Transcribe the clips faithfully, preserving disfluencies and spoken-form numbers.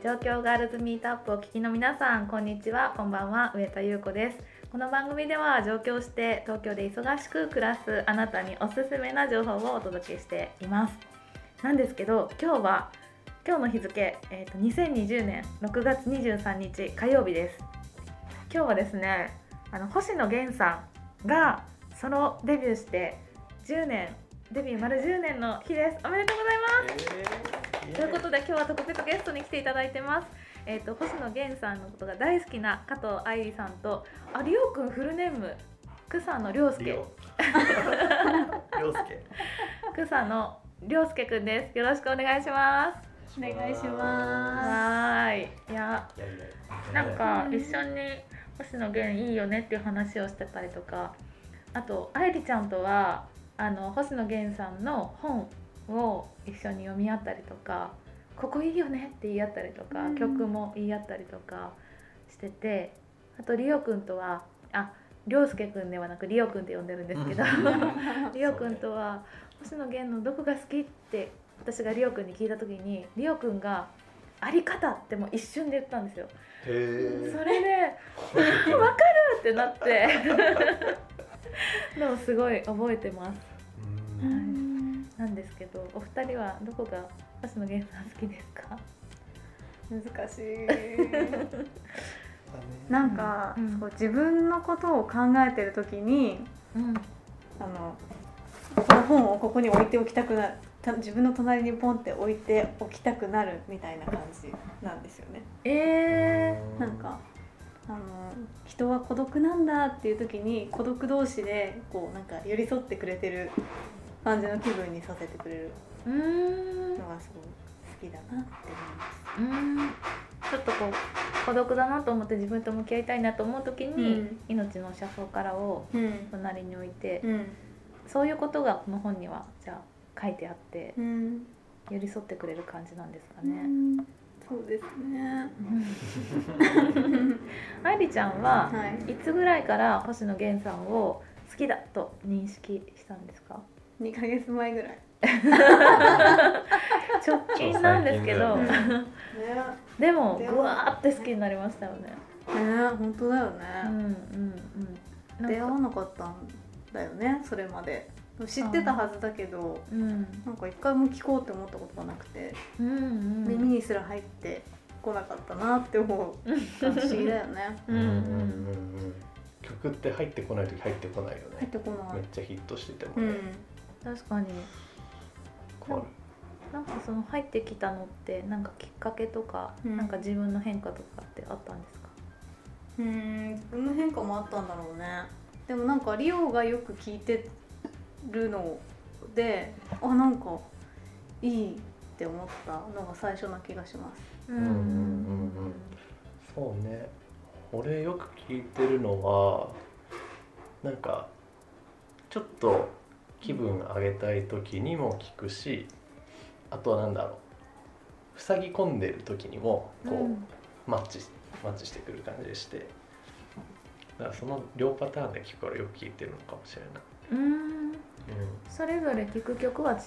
上京ガールズミートアップをお聞きの皆さん、こんにちは、こんばんは。上田優子です。この番組では上京して東京で忙しく暮らすあなたにおすすめな情報をお届けしています。なんですけど、今日は今日の日付、えーと、にせんにじゅうねんろくがつにじゅうさんにち火曜日です。今日はですね、あの星野源さんがソロデビューしてじゅうねん、デビュー丸じゅうねんの日です。おめでとうございます、えー、ということで今日は特別ゲストに来ていただいてます。えーと、星野源さんのことが大好きな加藤愛理さんと、あ、りょうくんフルネーム草野良介良介草野良介くんです。よろしくお願いします。 お願いします。 はい、いや、なんか一緒に星野源いいよねっていう話をしてたりとか、あと愛理ちゃんとはあの星野源さんの本を一緒に読み合ったりとか、ここいいよねって言い合ったりとか、うん、曲も言い合ったりとかしてて、あとリオくんとは、あ、良介くんではなくリオくんって呼んでるんですけど、うん、リオくんとは星野源のどこが好きって私がリオくんに聞いた時に、リオくんがあり方ってもう一瞬で言ったんですよ。へー、それで分かるってなってでもすごい覚えてます。うん、はい、なんですけど、お二人はどこが星野源さん好きですか？ 難しいなんか、うん、こう自分のことを考えてるときに、うん、あのこの本をここに置いておきたくなる、自分の隣にポンって置いておきたくなるみたいな感じなんですよね。えー、なんかあの人は孤独なんだっていう時に孤独同士でこうなんか寄り添ってくれてる感じの気分にさせてくれるのがすごい好きだなって思います。 うーん、ちょっとこう孤独だなと思って自分と向き合いたいなと思う時に、うん、命の車窓からを隣に置いて、うん、そういうことがこの本にはじゃあ書いてあって、うん、寄り添ってくれる感じなんですかね。うん、 そうですね愛理ちゃんは、はい、いつぐらいから星野源さんを好きだと認識したんですか？ にかげつまえぐらい直近なんですけど、ね、でもぐわーって好きになりましたよね。ね、 本当だよね。うんうんうん、出会わなかったんだよね、それまで。知ってたはずだけど、うん、なんか一回も聞こうって思ったことがなくて、うんうん、耳にすら入ってこなかったなって思う。不思議だよね。うんうんうん、 曲って入ってこないとき入ってこないよね。 入ってこない。 めっちゃヒットしててもね。 うん、確かに。なんかその入ってきたのってなんかきっかけとか、うん、なんか自分の変化とかってあったんですか？ うーん、自分の変化もあったんだろうね。でもなんかリオがよく聴いてるので、あ、なんかいいって思ったのが最初な気がします。うんうんうんうん、 そうね。俺よく聴いてるのはなんかちょっと気分上げたい時にも聴くし、あとはなんだろう、塞ぎ込んでる時にもこう、うん、マッチマッチしてくる感じでして、だからその両パターンで聴くからよく聴いてるのかもしれない。うーん、うん、 それぞれ聴く曲は違う？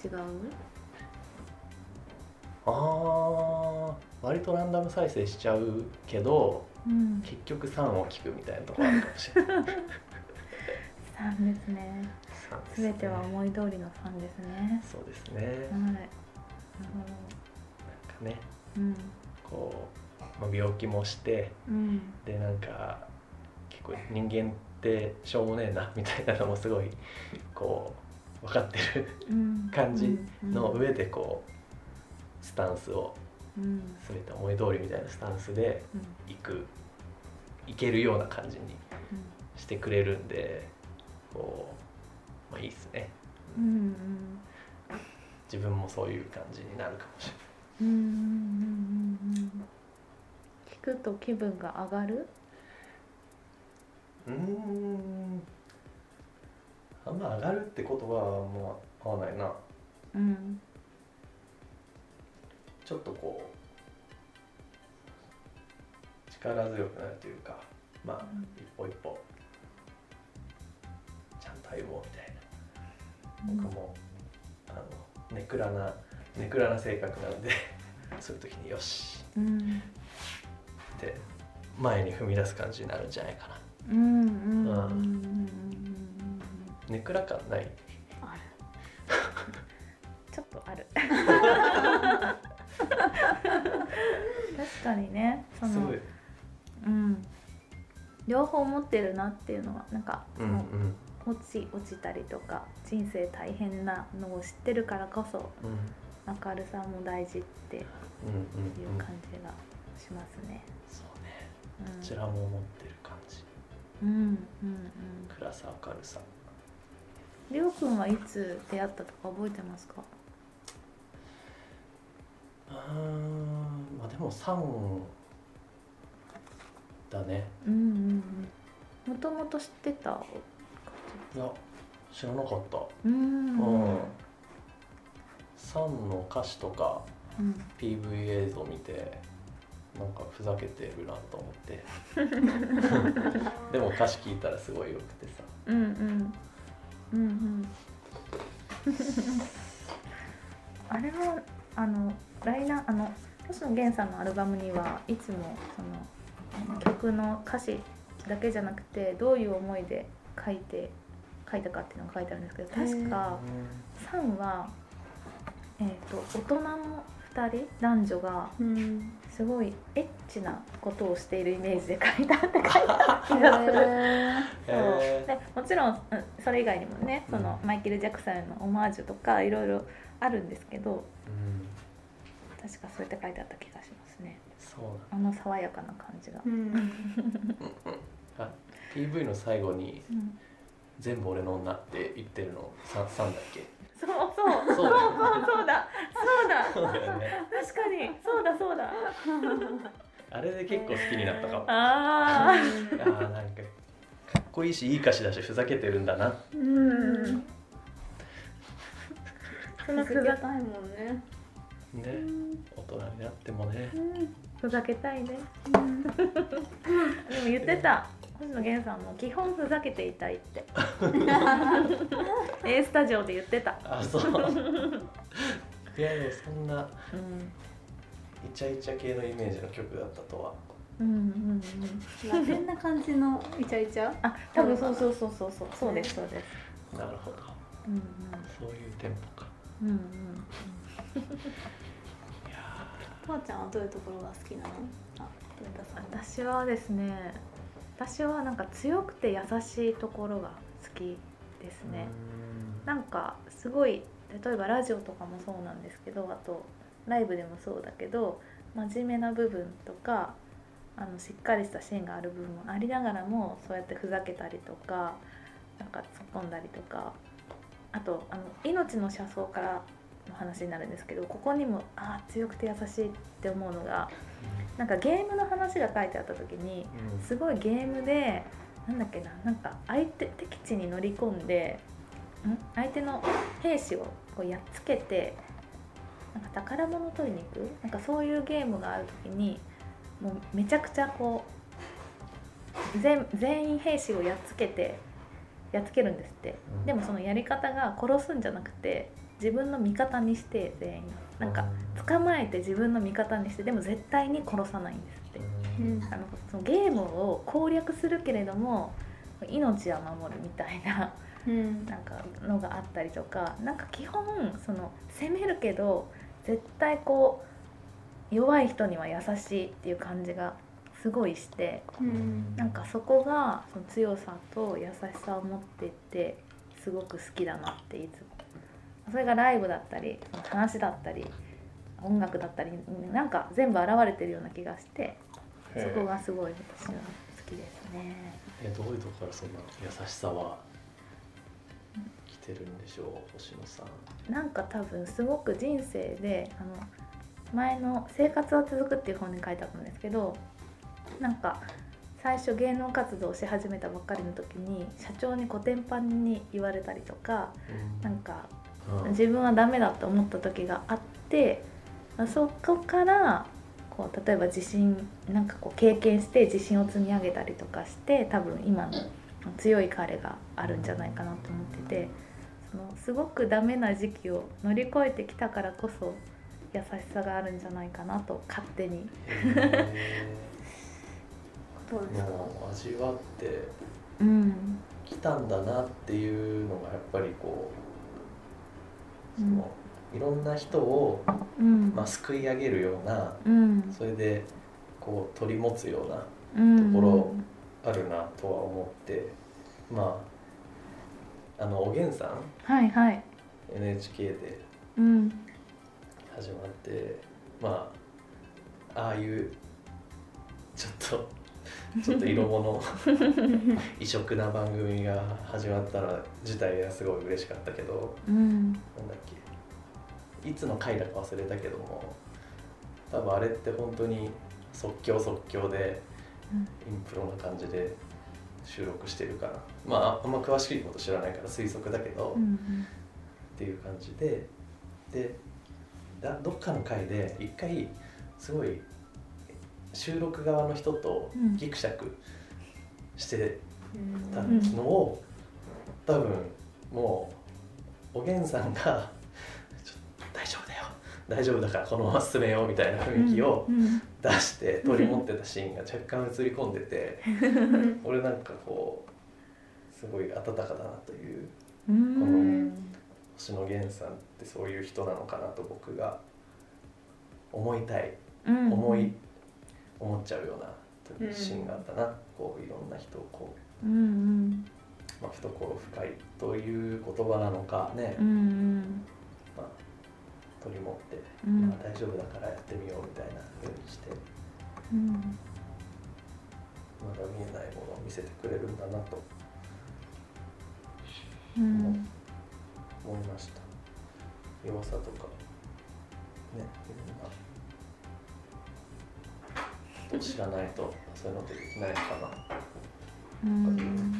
あー、割とランダム再生しちゃうけど、うん、結局さんを聴くみたいなところあるかもしれないさんですね。すべては思い通りのさんですね。 そうですね。はい。 なんかね、うん、こう、まあ、病気もして、うん、でなんか結構人間ってしょうもねえなみたいなのもすごいこう分かってる、うん、感じの上でこうスタンスを、うん、全て思い通りみたいなスタンスでいく、うん、いけるような感じにしてくれるんで、こう、まあいいっすね。うんうん、自分もそういう感じになるかもしれない。うんうんうんうん、 聞くと気分が上がる？ うーん、あんま上がるって言葉はもう合わないな。うん、ちょっとこう力強くなるというか、まあ、うん、一歩一歩ちゃんと歩もうみたいな、うん、僕もあのネクラなネクラな性格なのでそういう時によしうん、で前に踏み出す感じになるんじゃないかな。うんうんうん。ネクラ感ない？ ある。ちょっとある。確かにね。そのすごい。うん。両方持ってるなっていうのはなんかその、うんうん、落ち落ちたりとか人生大変なのを知ってるからこそ、うん、明るさも大事っていう感じがしますね。 そうね。こちらも持ってる感じ。うんうんうん。暗さ明るさ。 りょうくんはいつ出会ったとか覚えてますか？ あー、まあでもさんだね。うんうんうん。もともと知ってた？ いや、知らなかった。うん。うん。さんの歌詞とか、うん、ピーブイ 映像見てなんかふざけてるなと思ってでも歌詞聞いたらすごいよくてさ、うんうんうんうんあれはあのライナーあの星野源さんのアルバムにはいつもその曲の歌詞だけじゃなくてどういう思いで書いて書いたかっていうのが書いてあるんですけど、確かさんはえー、と大人のふたり男女がすごいエッチなことをしているイメージで書いたって書いた気がする。そうでもちろんそれ以外にもねそのマイケル・ジャクソンへのオマージュとかいろいろあるんですけど、うん、確かそうやって書いてあった気がしますね。そうあの爽やかな感じが、うん、 あ ピーブイ の最後に、うん、全部俺の女って言ってるの 3, さんだっけ？ そうそうそうそうそうだそうだそうだよね。確かにそうだそうだあれで結構好きになったかも。ああなんかかっこいいしいい歌詞だしふざけてるんだな。うんそのふざけたいもんね。 ね、大人になってもね、うん、 ふざけたいね、うん、でも言ってた星野源さんも基本ふざけていたいって A スタジオで言ってた。 あ、そういやいやそんな、うん、イチャイチャ系のイメージの曲だったとは。うんうんうん、 ラテンな感じのイチャイチャ？ あ、多分そうそうそうそうそうそうですそうです。 なるほど、うんうん、そういうテンポか。うんうん、いやとわちゃんはどういうところが好きなの？あ、 私はですね私はなんか強くて優しいところが好きですね。なんかすごい例えばラジオとかもそうなんですけど、あとライブでもそうだけど真面目な部分とかあのしっかりしたシーンがある部分もありながらもそうやってふざけたりとかなんか突っ込んだりとか、あとあの命の車窓からの話になるんですけど、ここにもあ強くて優しいって思うのがなんかゲームの話が書いてあった時にすごいゲームでなんだっけな、なんか相手敵地に乗り込んでん相手の兵士をこうやっつけてなんか宝物を取りに行くなんかそういうゲームがある時にもうめちゃくちゃこう 全, 全員兵士をやっつけてやっつけるんですって。でもそのやり方が殺すんじゃなくて自分の味方にして全員なんか捕まえて自分の味方にしてでも絶対に殺さないんですって、うん、あのそのゲームを攻略するけれども命は守るみたいな、うん、なんかのがあったりとか、なんか基本その攻めるけど絶対こう弱い人には優しいっていう感じがすごいして、うん、なんかそこがその強さと優しさを持っていてすごく好きだなっていつも。それがライブだったり話だったり音楽だったりなんか全部現れてるような気がしてそこがすごい私は好きですね。 えどういうところからそんな優しさは来てるんでしょう、星野さん。なんか多分すごく人生であの前の「生活は続く」っていう本に書いてあったんですけど、なんか最初芸能活動をし始めたばっかりの時に社長にコテンパンに言われたりとか、うん、なんか自分はダメだと思った時があって、そこからこう例えば自信なんかこう経験して自信を積み上げたりとかして多分今の強い彼があるんじゃないかなと思ってて、そのすごくダメな時期を乗り越えてきたからこそ優しさがあるんじゃないかなと勝手に。 どうですか？ もう味わってうんきたんだなっていうのがやっぱりこう、そのいろんな人を、 うんまあ、救い上げるような、 うん、 それでこう取り持つようなところあるなとは思って、まああのおげんさん、 はいはい、 エヌエイチケー でうん始まって、まあああいうちょっとちょっと色物異色な番組が始まったら自体がすごい嬉しかったけど、 うん、 なんだっけ、いつの回だか忘れたけども、多分あれって本当に即興即興でインプロな感じで収録してるから、まああんま詳しいこと知らないから推測だけど、 うんうん、 っていう感じで、でだどっかの回で一回すごい収録側の人とギクシャクしてたのを、うん、多分もうおげんさんがちょっと大丈夫だよ大丈夫だからこのまま進めようみたいな雰囲気を出して取り持ってたシーンが若干映り込んでて俺なんかこうすごい温かだなという、この星野源さんってそういう人なのかなと僕が思いたい、思い思っちゃうようなシーンがあったな、うん、こういろんな人をこう、うんうんまあ、懐深いという言葉なのかね、うんうんまあ、取り持って、うんまあ、大丈夫だからやってみようみたいな風にして、うん、まだ見えないものを見せてくれるんだなと、うん、思いました。弱さとかね、いろんな知らないとそういうのってできないのかな。 うん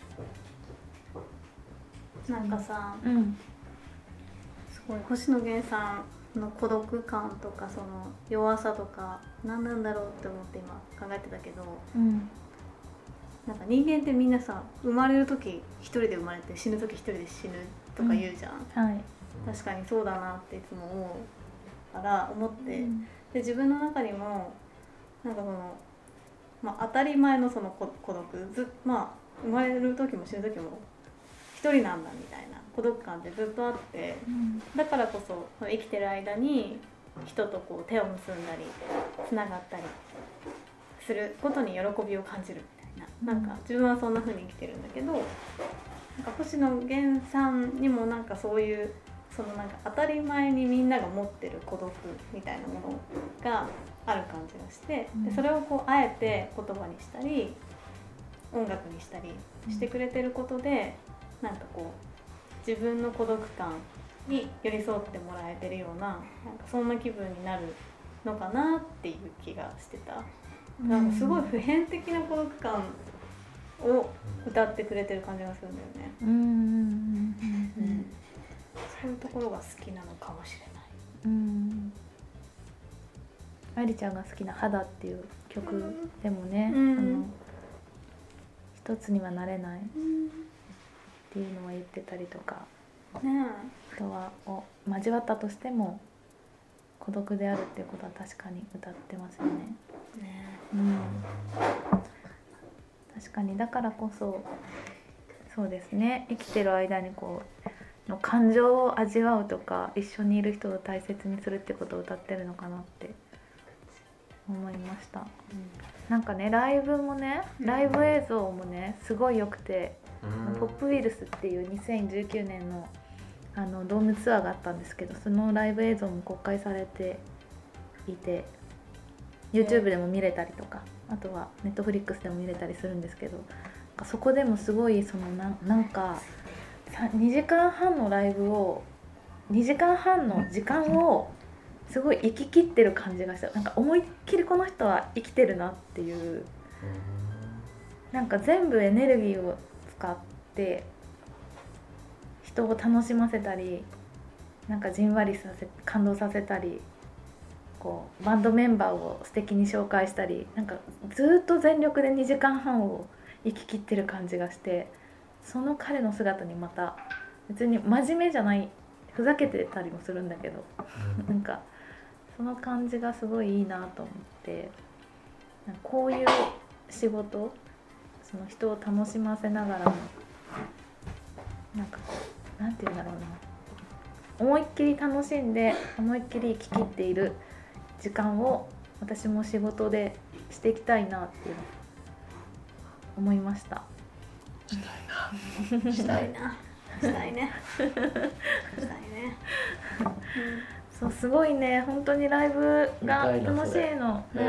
なんかさ、うん、すごい星野源さんの孤独感とかその弱さとか何なんだろうって思って今考えてたけど、うん、なんか人間ってみんなさ生まれる時一人で生まれて死ぬ時一人で死ぬとか言うじゃん、うんはい、確かにそうだなっていつも思うから思って、うん、で自分の中にもなんかその、まあ、当たり前のその孤独ず、まあ、生まれる時も死ぬ時も一人なんだみたいな孤独感ってずっとあって、うん、だからこそ生きてる間に人とこう手を結んだりつながったりすることに喜びを感じるみたいな、なんか自分はそんな風に生きてるんだけど、なんか星野源さんにもなんかそういうそのなんか当たり前にみんなが持ってる孤独みたいなものがある感じがして、でそれをこうあえて言葉にしたり音楽にしたりしてくれてることで、なんかこう自分の孤独感に寄り添ってもらえてるような、なんかそんな気分になるのかなっていう気がしてた。なんかすごい普遍的な孤独感を歌ってくれてる感じがするんだよね。うんうんうんうん、そういうところが好きなのかもしれない。うん愛理ちゃんが好きな肌っていう曲でもね、うん、あの一つにはなれないっていうのは言ってたりとか、ね、人はを交わったとしても孤独であるっていうことは確かに歌ってますよね。ね、うん、確かにだからこそそうですね、生きてる間にこうの感情を味わうとか一緒にいる人を大切にするってことを歌ってるのかなって思いました、うん、なんかねライブもねライブ映像もねすごい良くて、うん、ポップウイルスっていうにせんじゅうきゅうねんのあのドームツアーがあったんですけど、そのライブ映像も公開されていて YouTube でも見れたりとか、あとは Netflix でも見れたりするんですけど、そこでもすごいその な, なんかにじかんはんのライブをにじかんはんの時間をすごい生き切ってる感じがした。なんか思いっきりこの人は生きてるなっていう、なんか全部エネルギーを使って人を楽しませたり、なんかじんわりさせ感動させたり、こうバンドメンバーを素敵に紹介したり、なんかずっと全力でにじかんはんを生き切ってる感じがして、その彼の姿にまた別に真面目じゃない、ふざけてたりもするんだけどなんかその感じがすごいいいなと思って、なんかこういう仕事、その人を楽しませながらもなんかこうなんていうんだろうな、思いっきり楽しんで思いっきり生き切っている時間を私も仕事でしていきたいなっていうの思いました。 したいなしたいなしたいねしたいね、 うん、そうすごいね、本当にライブが楽しいの。 うん、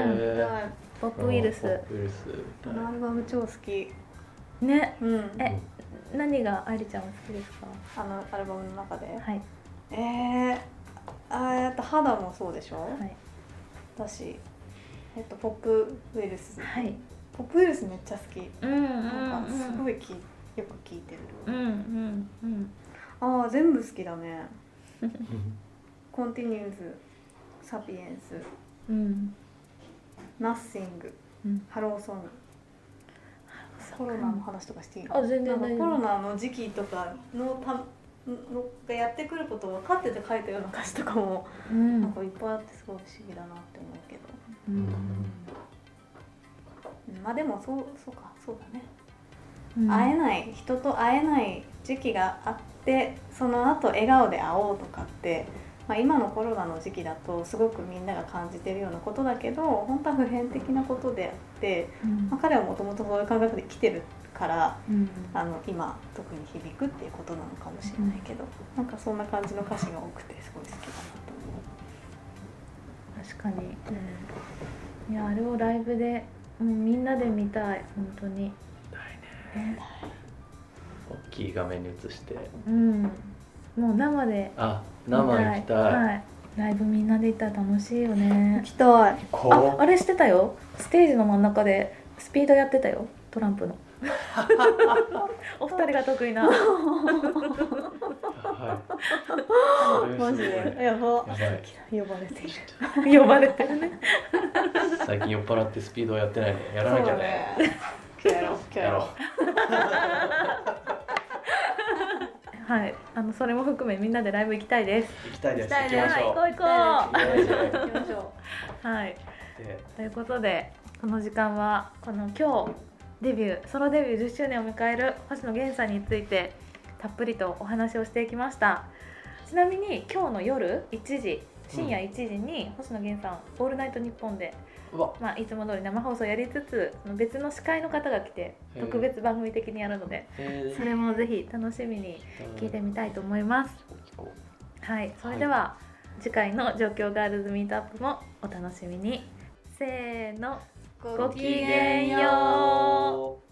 ポップウイルス、 このアルバム超好きね、 うん、 え、何が愛理ちゃんは好きですか？ あのアルバムの中で、 はい、 えー、あえっと肌もそうでしょ、 はい、 だし、えっとポップウイルス、 はい、 ポップウイルスめっちゃ好き、 うんうんうん、 なんかすごいきよく聴いてる、 うんうんうん、 ああ全部好きだねコンティニューズ、サピエンス、 うん、 ナッシング、うん、ハローソング、コロナの話とかしていいの？ あ、全然大丈夫。 コロナの時期とかのたのがやってくることを分かってて書いたような歌詞とかも、うん、なんかいっぱいあってすごい不思議だなって思うけど、うんうん、まあでもそうそうかそうだね、うん、会えない人と会えない時期があって、その後笑顔で会おうとかって、まあ、今のコロナの時期だとすごくみんなが感じてるようなことだけど、本当は普遍的なことであって、うんまあ、彼はもともとそういう感覚で来てるから、うん、あの今特に響くっていうことなのかもしれないけど、うん、なんかそんな感じの歌詞が多くてすごい好きだなと思う。 確かに、うん、いやあれをライブでもうみんなで見たい、本当に。 だいね、大きい画面に映して、 うん、もう生で見たい。 あ、生行きたい、 はい、ライブみんなで行ったら楽しいよね。 行きたい。 あ、あれしてたよ、ステージの真ん中でスピードやってたよ、トランプのお二人が得意なはい、 マジでやば、 やばい、 呼ばれている呼ばれてるね最近酔っ払ってスピードやってないね、やらなきゃね。 やろうやろうはい、あのそれも含めみんなでライブ行きたいです。 行きたいです。 行きましょう。行こう行こう。 行きましょう。はい。ということでこの時間はこの今日デビューソロデビューじゅっしゅうねんを迎える星野源さんについてたっぷりとお話をしていきました。ちなみに今日の夜いちじ、深夜いちじに星野源さん、オールナイトニッポンで、まあ、いつも通り生放送やりつつ別の司会の方が来て特別番組的にやるので、それもぜひ楽しみに聞いてみたいと思います。はい、それでは次回の状況ガールズミートアップもお楽しみに。せーの、ごきげんよう。